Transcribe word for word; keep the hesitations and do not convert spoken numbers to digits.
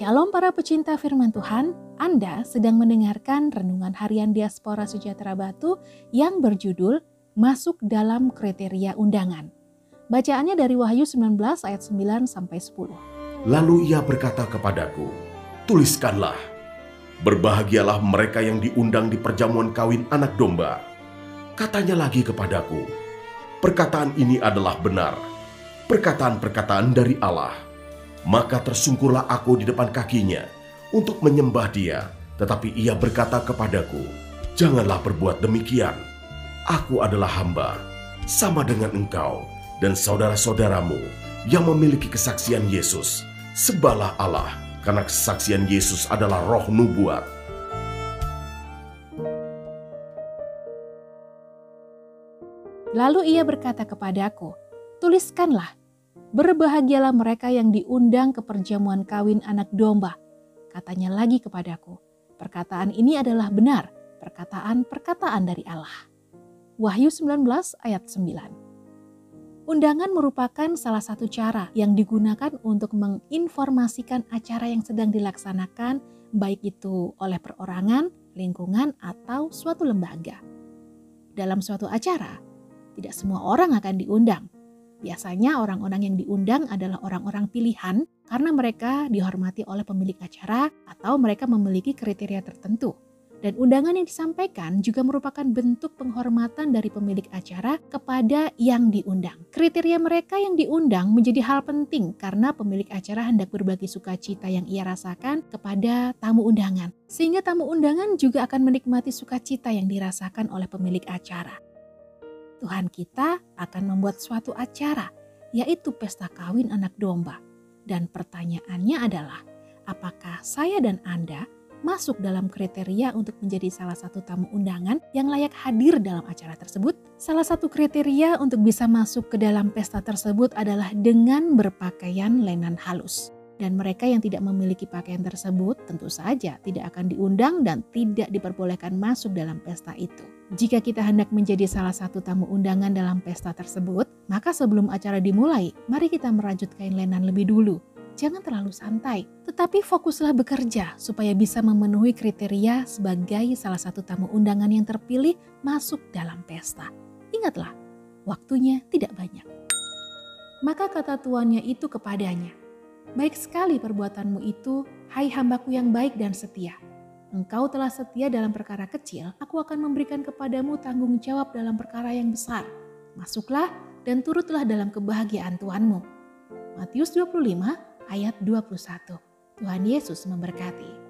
Shalom para pecinta firman Tuhan, Anda sedang mendengarkan Renungan Harian Diaspora Sejahtera Batu yang berjudul Masuk dalam Kriteria Undangan. Bacaannya dari Wahyu sembilan belas ayat sembilan sampai sepuluh. Lalu ia berkata kepadaku, tuliskanlah, berbahagialah mereka yang diundang di perjamuan kawin anak domba. Katanya lagi kepadaku, perkataan ini adalah benar, perkataan-perkataan dari Allah. Maka tersungkurlah aku di depan kakinya untuk menyembah dia. Tetapi ia berkata kepadaku, janganlah berbuat demikian. Aku adalah hamba, sama dengan engkau dan saudara-saudaramu yang memiliki kesaksian Yesus. Sembahlah Allah, karena kesaksian Yesus adalah roh nubuat. Lalu ia berkata kepadaku, tuliskanlah, berbahagialah mereka yang diundang ke perjamuan kawin anak domba. Katanya lagi kepadaku, perkataan ini adalah benar, perkataan-perkataan dari Allah. Wahyu sembilan belas ayat sembilan. Undangan merupakan salah satu cara yang digunakan untuk menginformasikan acara yang sedang dilaksanakan, baik itu oleh perorangan, lingkungan, atau suatu lembaga. Dalam suatu acara, tidak semua orang akan diundang. Biasanya orang-orang yang diundang adalah orang-orang pilihan karena mereka dihormati oleh pemilik acara atau mereka memiliki kriteria tertentu. Dan undangan yang disampaikan juga merupakan bentuk penghormatan dari pemilik acara kepada yang diundang. Kriteria mereka yang diundang menjadi hal penting karena pemilik acara hendak berbagi sukacita yang ia rasakan kepada tamu undangan. Sehingga tamu undangan juga akan menikmati sukacita yang dirasakan oleh pemilik acara. Tuhan kita akan membuat suatu acara, yaitu pesta kawin anak domba. Dan pertanyaannya adalah, apakah saya dan Anda masuk dalam kriteria untuk menjadi salah satu tamu undangan yang layak hadir dalam acara tersebut? Salah satu kriteria untuk bisa masuk ke dalam pesta tersebut adalah dengan berpakaian lenan halus. Dan mereka yang tidak memiliki pakaian tersebut tentu saja tidak akan diundang dan tidak diperbolehkan masuk dalam pesta itu. Jika kita hendak menjadi salah satu tamu undangan dalam pesta tersebut, maka sebelum acara dimulai, mari kita merajut kain lenan lebih dulu. Jangan terlalu santai, tetapi fokuslah bekerja supaya bisa memenuhi kriteria sebagai salah satu tamu undangan yang terpilih masuk dalam pesta. Ingatlah, waktunya tidak banyak. Maka kata tuannya itu kepadanya, baik sekali perbuatanmu itu, hai hambaku yang baik dan setia. Engkau telah setia dalam perkara kecil, aku akan memberikan kepadamu tanggung jawab dalam perkara yang besar. Masuklah dan turutlah dalam kebahagiaan Tuhanmu. Matius dua puluh lima ayat dua puluh satu. Tuhan Yesus memberkati.